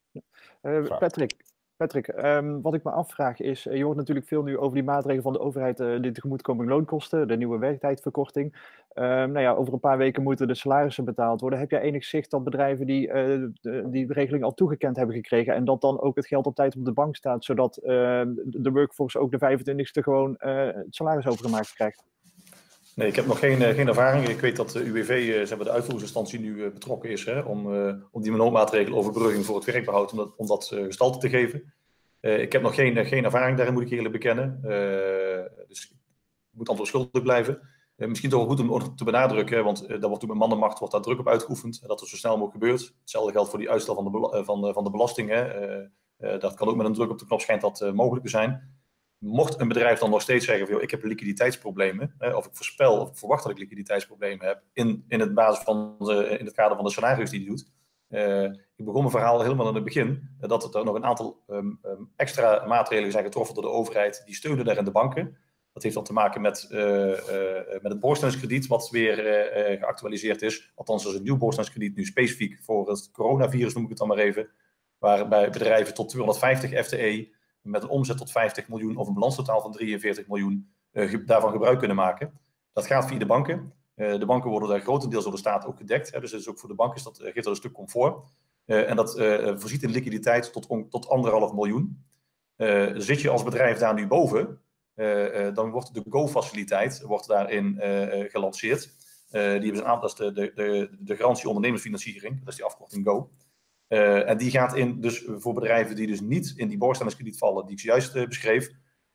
Patrick, wat ik me afvraag is, je hoort natuurlijk veel nu over die maatregelen van de overheid, de tegemoetkoming loonkosten, de nieuwe werktijdverkorting. Over een paar weken moeten de salarissen betaald worden. Heb jij enig zicht dat bedrijven die regeling al toegekend hebben gekregen en dat dan ook het geld op tijd op de bank staat, zodat de workforce ook de 25e gewoon het salaris overgemaakt krijgt? Nee, ik heb nog geen ervaring. Ik weet dat de UWV, de uitvoeringsinstantie, nu betrokken is om die noodmaatregelen overbrugging voor het werkbehoud, om dat gestalte te geven. Ik heb nog geen ervaring daarin, moet ik eerlijk bekennen. Dus ik moet antwoord schuldig blijven. Misschien toch wel goed om te benadrukken, want daar wordt met mannenmacht wordt daar druk op uitgeoefend. Dat het zo snel mogelijk gebeurt. Hetzelfde geldt voor die uitstel van de belasting. Dat kan ook met een druk op de knop schijnt dat mogelijk te zijn. Mocht een bedrijf dan nog steeds zeggen van, ik heb liquiditeitsproblemen, of ik voorspel of ik verwacht dat ik liquiditeitsproblemen heb in het kader van de scenario's die hij doet. Ik begon mijn verhaal helemaal in het begin, dat er nog een aantal extra maatregelen zijn getroffen door de overheid, die steunen daarin de banken. Dat heeft dan te maken met het voorstellingskrediet, wat weer geactualiseerd is. Althans, is een nieuw voorstellingskrediet nu specifiek voor het coronavirus, noem ik het dan maar even. Waarbij bedrijven tot 250 FTE met een omzet tot 50 miljoen of een balanstotaal van 43 miljoen daarvan gebruik kunnen maken. Dat gaat via de banken. De banken worden daar grotendeels door de staat ook gedekt. Dus dat is ook voor de banken geeft dat een stuk comfort. En dat voorziet in liquiditeit tot 1,5 miljoen. Zit je als bedrijf daar nu boven, dan wordt de GO-faciliteit daarin gelanceerd. Die hebben een aantal, dat is de garantie ondernemersfinanciering, dat is die afkorting GO. En die gaat in dus voor bedrijven die dus niet in die borgstellingskrediet vallen die ik zojuist beschreef,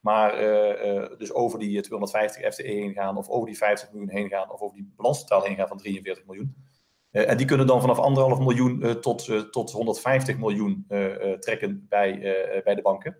maar dus over die 250 FTE heen gaan, of over die 50 miljoen heen gaan, of over die balanstotaal heen gaan van 43 miljoen. En die kunnen dan vanaf 1,5 miljoen tot 150 miljoen trekken bij de banken.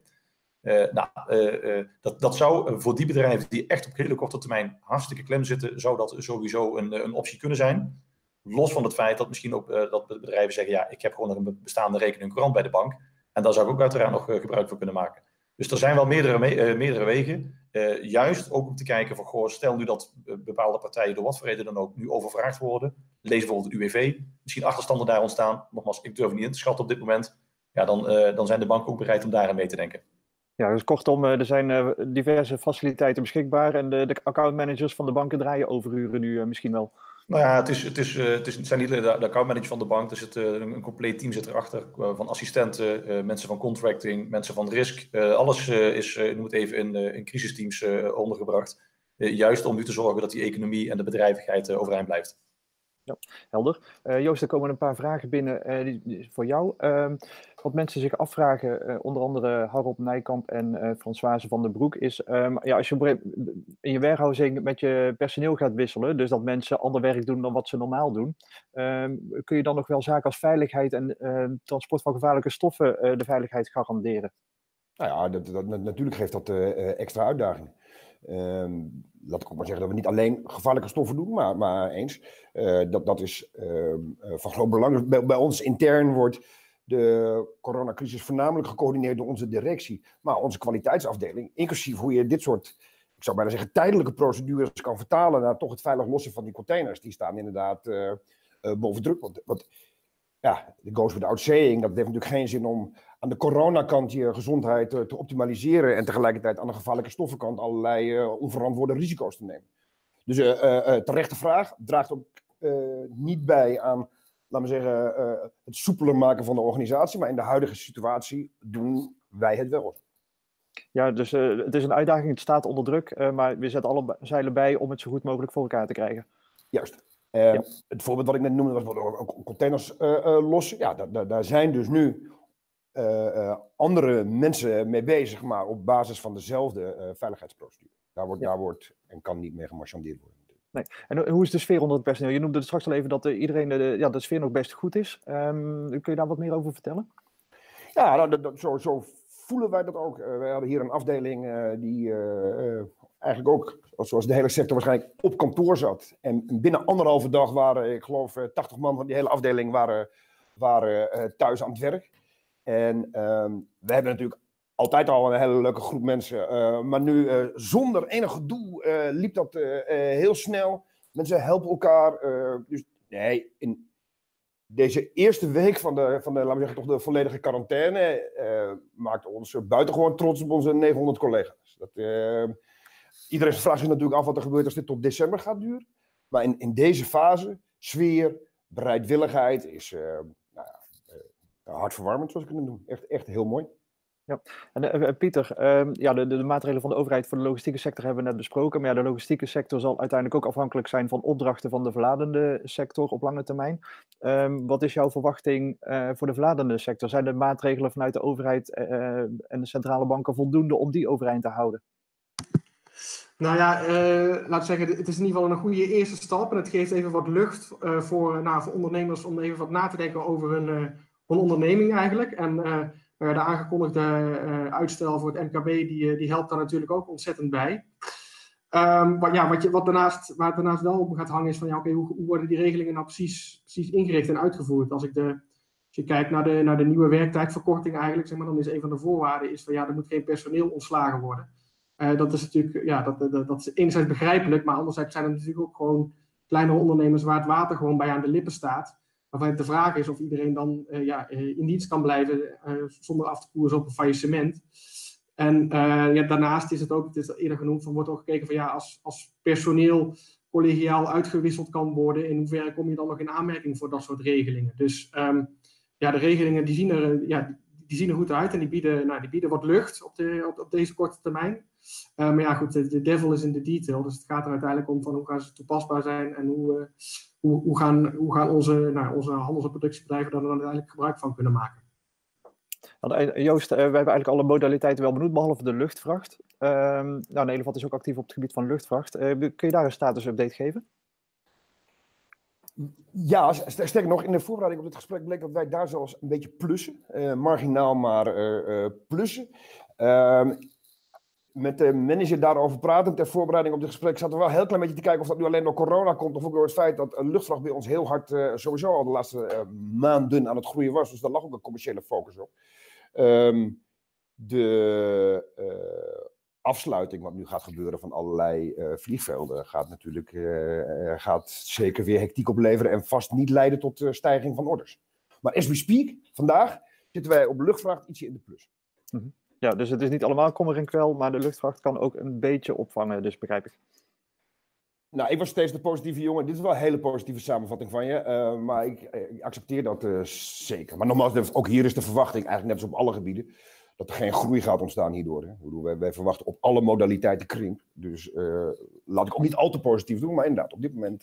Dat zou voor die bedrijven die echt op hele korte termijn hartstikke klem zitten, zou dat sowieso een optie kunnen zijn. Los van het feit dat misschien ook dat bedrijven zeggen, ja, ik heb gewoon nog een bestaande rekening courant bij de bank. En daar zou ik ook uiteraard nog gebruik van kunnen maken. Dus er zijn wel meerdere wegen. Juist ook om te kijken van, goh, stel nu dat bepaalde partijen door wat voor reden dan ook nu overvraagd worden. Lees bijvoorbeeld het UWV. Misschien achterstanden daar ontstaan. Nogmaals, ik durf niet in te schatten op dit moment. Ja, dan zijn de banken ook bereid om daarin mee te denken. Ja, dus kortom, er zijn diverse faciliteiten beschikbaar. En de accountmanagers van de banken draaien overuren nu misschien wel. Nou ja, het zijn niet de accountmanager van de bank. Er zit een compleet team zit erachter van assistenten, mensen van contracting, mensen van risk. Alles is, noem het even, in crisisteams ondergebracht. Juist om nu te zorgen dat die economie en de bedrijvigheid overeind blijft. Ja, helder. Joost, er komen een paar vragen binnen voor jou. Wat mensen zich afvragen, onder andere Harold Nijkamp en Françoise van den Broek, is als je in je warehousing met je personeel gaat wisselen, dus dat mensen ander werk doen dan wat ze normaal doen, kun je dan nog wel zaken als veiligheid en transport van gevaarlijke stoffen de veiligheid garanderen? Nou ja, natuurlijk geeft dat extra uitdagingen. Laat ik ook maar zeggen dat we niet alleen gevaarlijke stoffen doen, maar eens. Dat is van groot belang. Bij ons intern wordt de coronacrisis voornamelijk gecoördineerd door onze directie. Maar onze kwaliteitsafdeling, inclusief hoe je dit soort, ik zou bijna zeggen, tijdelijke procedures kan vertalen naar toch het veilig lossen van die containers. Die staan inderdaad boven druk. Want ja, it goes without saying, dat heeft natuurlijk geen zin om aan de coronakant je gezondheid te optimaliseren en tegelijkertijd aan de gevaarlijke stoffenkant allerlei onverantwoorde risico's te nemen. Dus terechte vraag, draagt ook niet bij aan, laten we zeggen, het soepeler maken van de organisatie, maar in de huidige situatie doen wij het wel. Ja, dus het is een uitdaging, het staat onder druk, maar we zetten alle zeilen bij om het zo goed mogelijk voor elkaar te krijgen. Juist. Ja. Het voorbeeld wat ik net noemde, was ook containers lossen. Ja, daar zijn dus nu andere mensen mee bezig, maar op basis van dezelfde veiligheidsprocedure. Daar wordt en kan niet meer gemarchandeerd worden. Nee. En hoe is de sfeer onder het personeel? Je noemde het straks al even dat iedereen de sfeer nog best goed is. Kun je daar wat meer over vertellen? Ja, zo voelen wij dat ook. We hadden hier een afdeling die eigenlijk ook, zoals de hele sector waarschijnlijk, op kantoor zat. En binnen 1,5 dag waren, ik geloof, 80 man van die hele afdeling waren thuis aan het werk. En we hebben natuurlijk altijd al een hele leuke groep mensen. Maar nu zonder enig gedoe liep dat heel snel. Mensen helpen elkaar. Dus nee, in deze eerste week van de laten we zeggen, toch de volledige quarantaine maakte ons buitengewoon trots op onze 900 collega's. Iedereen vraagt zich natuurlijk af wat er gebeurt als dit tot december gaat duren. Maar in deze fase, sfeer, bereidwilligheid is hartverwarmend, zoals ik het noem. Echt heel mooi. Ja, en Pieter, de maatregelen van de overheid voor de logistieke sector hebben we net besproken. Maar ja, de logistieke sector zal uiteindelijk ook afhankelijk zijn van opdrachten van de verladende sector op lange termijn. Wat is jouw verwachting voor de verladende sector? Zijn de maatregelen vanuit de overheid en de centrale banken voldoende om die overeind te houden? Nou ja, laat ik zeggen, het is in ieder geval een goede eerste stap. En het geeft even wat lucht voor ondernemers om even wat na te denken over hun onderneming eigenlijk. En de aangekondigde uitstel voor het MKB, die helpt daar natuurlijk ook ontzettend bij. Waar het daarnaast wel op gaat hangen is van, hoe worden die regelingen nou precies ingericht en uitgevoerd? Als je kijkt naar de nieuwe werktijdverkorting eigenlijk, zeg maar, dan is een van de voorwaarden is van, er moet geen personeel ontslagen worden. Dat is natuurlijk, dat is enerzijds begrijpelijk, maar anderzijds zijn er natuurlijk ook gewoon kleinere ondernemers waar het water gewoon bij aan de lippen staat. Waarvan het de vraag is of iedereen dan in dienst kan blijven zonder af te koersen op een faillissement. En daarnaast is het is eerder genoemd, wordt ook gekeken van als personeel collegiaal uitgewisseld kan worden, in hoeverre kom je dan nog in aanmerking voor dat soort regelingen. Dus de regelingen die zien er goed uit en die bieden wat lucht op deze korte termijn. Maar ja, goed, de devil is in the detail. Dus het gaat er uiteindelijk om van hoe gaan ze toepasbaar zijn en hoe gaan onze handels- en productiebedrijven daar dan uiteindelijk gebruik van kunnen maken. Joost, we hebben eigenlijk alle modaliteiten wel benoemd, behalve de luchtvracht. Nederland is ook actief op het gebied van luchtvracht. Kun je daar een status-update geven? Ja, sterker nog, in de voorbereiding op dit gesprek bleek dat wij daar zelfs een beetje plussen. Marginaal, maar plussen. Met de manager daarover praten ter voorbereiding op dit gesprek zaten we wel een heel klein beetje te kijken of dat nu alleen door corona komt of ook door het feit dat luchtvracht bij ons heel hard sowieso al de laatste maanden aan het groeien was. Dus daar lag ook een commerciële focus op. De afsluiting wat nu gaat gebeuren van allerlei vliegvelden gaat zeker weer hectiek opleveren en vast niet leiden tot stijging van orders. Maar as we speak, vandaag zitten wij op luchtvracht ietsje in de plus. Mm-hmm. Ja, dus het is niet allemaal kommer en kwel, maar de luchtvracht kan ook een beetje opvangen, dus begrijp ik. Nou, ik was steeds de positieve jongen. Dit is wel een hele positieve samenvatting van je, maar ik accepteer dat zeker. Maar nogmaals, ook hier is de verwachting, eigenlijk net als op alle gebieden, dat er geen groei gaat ontstaan hierdoor. Hè. Ik bedoel, wij verwachten op alle modaliteiten krimp. Dus laat ik ook niet al te positief doen, maar inderdaad, op dit moment...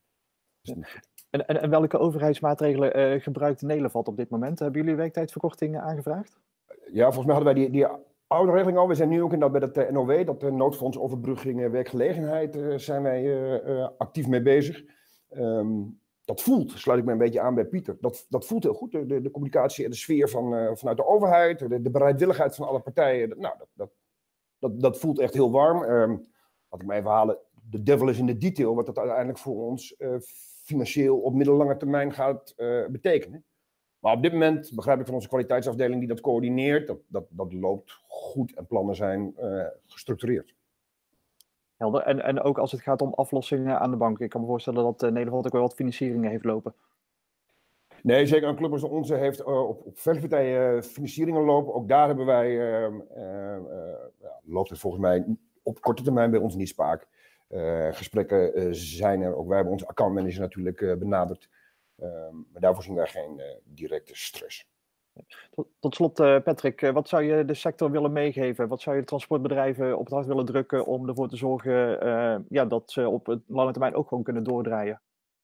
En welke overheidsmaatregelen gebruikt Nederland op dit moment? Hebben jullie werktijdverkortingen aangevraagd? Ja, volgens mij hadden wij die oude regeling al. We zijn nu ook bij dat NOW, dat Noodfonds Overbrugging Werkgelegenheid, zijn wij actief mee bezig. Dat voelt, sluit ik me een beetje aan bij Pieter, dat voelt heel goed. De communicatie en de sfeer vanuit de overheid, de bereidwilligheid van alle partijen, dat voelt echt heel warm. Laat ik me even halen, de devil is in de detail, wat dat uiteindelijk voor ons financieel op middellange termijn gaat betekenen. Maar op dit moment begrijp ik van onze kwaliteitsafdeling die dat coördineert, dat loopt goed en plannen zijn gestructureerd. Helder. En ook als het gaat om aflossingen aan de bank. Ik kan me voorstellen dat Nederland ook wel wat financieringen heeft lopen. Nee, zeker een club als onze heeft op vele partijen financieringen lopen. Ook daar hebben wij, loopt het volgens mij op korte termijn bij ons niet spaak. Gesprekken zijn er, ook wij hebben onze accountmanager natuurlijk benaderd. Maar daarvoor zien wij geen directe stress. Tot slot, Patrick, wat zou je de sector willen meegeven? Wat zou je de transportbedrijven op het hart willen drukken om ervoor te zorgen dat ze op het lange termijn ook gewoon kunnen doordraaien?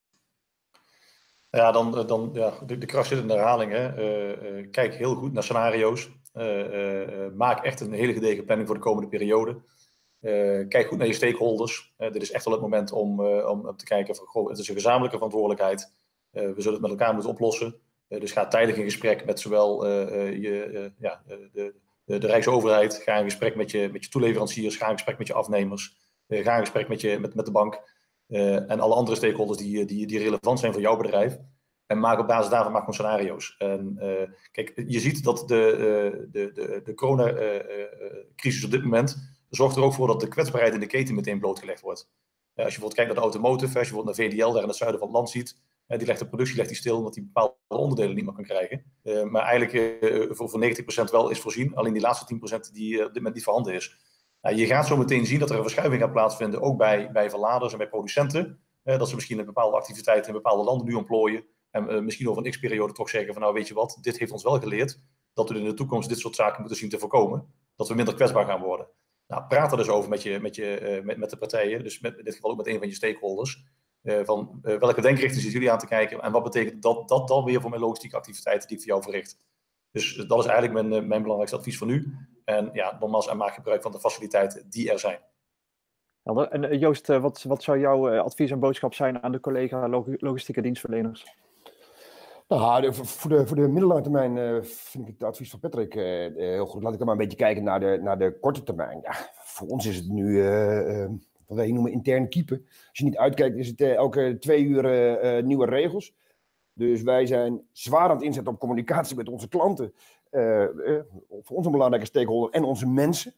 Ja, de kracht zit in de herhaling. Hè. Kijk heel goed naar scenario's. Maak echt een hele gedegen planning voor de komende periode. Kijk goed naar je stakeholders. Dit is echt wel het moment om te kijken van, het is een gezamenlijke verantwoordelijkheid. We zullen het met elkaar moeten oplossen. Dus ga tijdig in gesprek met zowel de Rijksoverheid. Ga in gesprek met je toeleveranciers. Ga in gesprek met je afnemers. Ga in gesprek met de bank. En alle andere stakeholders die relevant zijn voor jouw bedrijf. En maak op basis daarvan gewoon scenario's. En kijk, je ziet dat de coronacrisis op dit moment zorgt er ook voor dat de kwetsbaarheid in de keten meteen blootgelegd wordt. Als je bijvoorbeeld kijkt naar de automotive, als je bijvoorbeeld naar VDL daar in het zuiden van het land ziet, die legt de productie stil omdat die bepaalde onderdelen niet meer kan krijgen. Maar eigenlijk voor 90% wel is voorzien, alleen die laatste 10% die op dit moment niet voorhanden is. Nou, je gaat zo meteen zien dat er een verschuiving gaat plaatsvinden, ook bij verladers en bij producenten. Dat ze misschien een bepaalde activiteit in bepaalde landen nu ontplooien. En misschien over een x-periode toch zeggen van nou weet je wat, dit heeft ons wel geleerd dat we in de toekomst dit soort zaken moeten zien te voorkomen. Dat we minder kwetsbaar gaan worden. Nou, praat er dus over met de partijen, dus in dit geval ook met een van je stakeholders. Van welke denkrichting zitten jullie aan te kijken en wat betekent dat dan weer voor mijn logistieke activiteiten die ik voor jou verricht. Dus dat is eigenlijk mijn belangrijkste advies voor nu. En ja, nogmaals, maak gebruik van de faciliteiten die er zijn. Helder. En Joost, wat zou jouw advies en boodschap zijn aan de collega logistieke dienstverleners? Nou, voor de middellange termijn vind ik het advies van Patrick heel goed. Laat ik dan maar een beetje kijken naar de korte termijn. Ja, voor ons is het nu wat wij noemen intern keepen. Als je niet uitkijkt is het elke 2 uur nieuwe regels. Dus wij zijn zwaar aan het inzetten op communicatie met onze klanten. Voor ons een belangrijke stakeholder en onze mensen.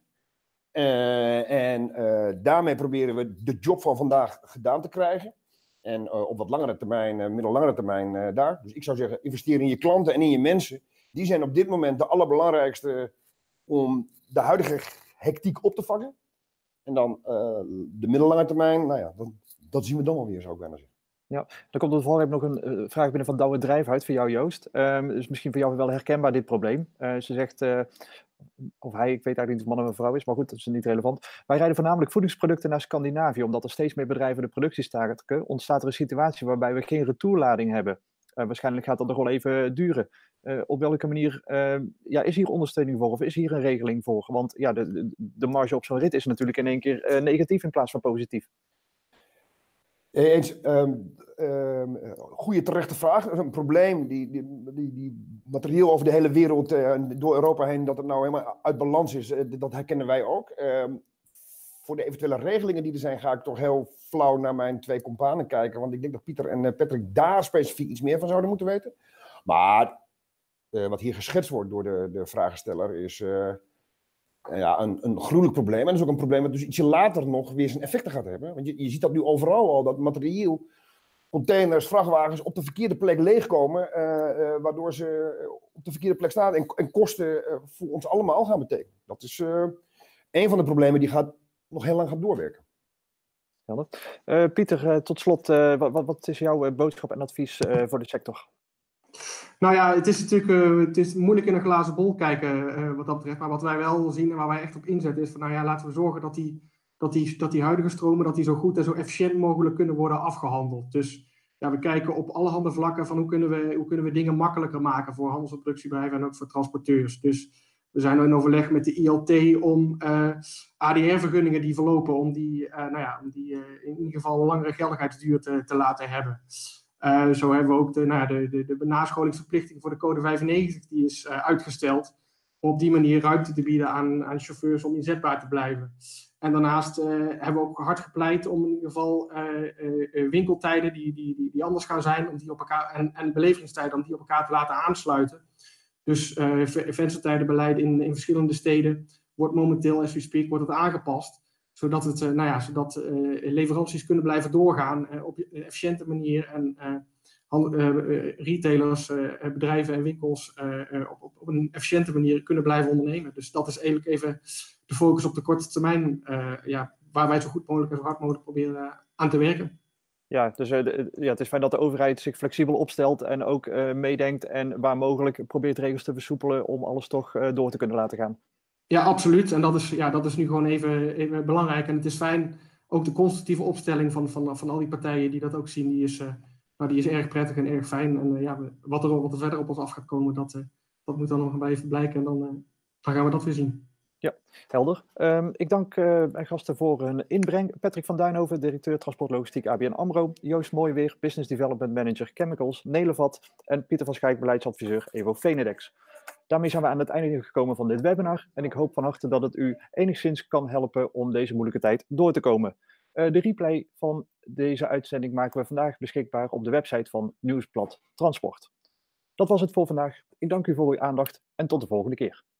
Daarmee proberen we de job van vandaag gedaan te krijgen. En op wat langere termijn, middellangere termijn daar. Dus ik zou zeggen, investeer in je klanten en in je mensen. Die zijn op dit moment de allerbelangrijkste om de huidige hectiek op te vangen. En dan de middellange termijn, nou ja, dat zien we dan wel weer, zou ik bijna zeggen. Ja, dan komt er vooral nog een vraag binnen van Douwe Drijfhuid voor jou, Joost. Dus misschien voor jou wel herkenbaar dit probleem. Ze zegt, of hij, ik weet eigenlijk niet of het man of een vrouw is, maar goed, dat is niet relevant. Wij rijden voornamelijk voedingsproducten naar Scandinavië, omdat er steeds meer bedrijven de productie staken. Ontstaat er een situatie waarbij we geen retourlading hebben. Waarschijnlijk gaat dat nog wel even duren. Op welke manier is hier ondersteuning voor of is hier een regeling voor? Want ja, de marge op zo'n rit is natuurlijk in één keer negatief in plaats van positief. Eens, goede terechte vraag. Dat is een probleem die materieel over de hele wereld, door Europa heen, dat het nou helemaal uit balans is. Dat herkennen wij ook. Voor de eventuele regelingen die er zijn, ga ik toch heel flauw naar mijn 2 companen kijken. Want ik denk dat Pieter en Patrick daar specifiek iets meer van zouden moeten weten. Maar wat hier geschetst wordt door de vragensteller is een gruwelijk probleem. En dat is ook een probleem dat dus ietsje later nog weer zijn effecten gaat hebben. Want je ziet dat nu overal al, dat materieel, containers, vrachtwagens op de verkeerde plek leegkomen. Waardoor ze op de verkeerde plek staan en kosten voor ons allemaal gaan betekenen. Dat is een van de problemen die nog heel lang gaat doorwerken. Pieter, tot slot, wat is jouw boodschap en advies voor de sector? Nou ja, het is natuurlijk het is moeilijk in een glazen bol kijken wat dat betreft. Maar wat wij wel zien en waar wij echt op inzetten is van, nou ja, laten we zorgen dat die huidige stromen dat die zo goed en zo efficiënt mogelijk kunnen worden afgehandeld. Dus ja, we kijken op allerhande vlakken van hoe kunnen we dingen makkelijker maken voor handels- en productiebedrijven en ook voor transporteurs. Dus we zijn in overleg met de ILT om ADR-vergunningen die verlopen, om die in ieder geval een langere geldigheidsduur te laten hebben. Zo hebben we ook de nascholingsverplichting voor de code 95, die is uitgesteld. Om op die manier ruimte te bieden aan chauffeurs om inzetbaar te blijven. En daarnaast hebben we ook hard gepleit om in ieder geval winkeltijden die anders gaan zijn, om die op elkaar, en beleveringstijden om die op elkaar te laten aansluiten. Dus venstertijdenbeleid in verschillende steden wordt momenteel, as we speak, wordt het aangepast. Zodat leveranties kunnen blijven doorgaan op een efficiënte manier. En retailers, bedrijven en winkels op een efficiënte manier kunnen blijven ondernemen. Dus dat is eigenlijk even de focus op de korte termijn. Waar wij zo goed mogelijk en zo hard mogelijk proberen aan te werken. Ja, dus het is fijn dat de overheid zich flexibel opstelt en ook meedenkt en waar mogelijk probeert regels te versoepelen om alles toch door te kunnen laten gaan. Ja, absoluut. En dat is nu gewoon even belangrijk. En het is fijn, ook de constructieve opstelling van al die partijen die dat ook zien, die is erg prettig en erg fijn. En wat er verder op ons af gaat komen, dat moet dan nog maar even blijken. En dan gaan we dat weer zien. Ja, helder. Ik dank mijn gasten voor hun inbreng. Patrick van Duinhoven, directeur transportlogistiek ABN AMRO. Joost Mooiweer, Business Development Manager Chemicals, Nelevat. En Pieter van Schaik, beleidsadviseur Evo Venedex. Daarmee zijn we aan het einde gekomen van dit webinar. En ik hoop van harte dat het u enigszins kan helpen om deze moeilijke tijd door te komen. De replay van deze uitzending maken we vandaag beschikbaar op de website van Nieuwsblad Transport. Dat was het voor vandaag. Ik dank u voor uw aandacht en tot de volgende keer.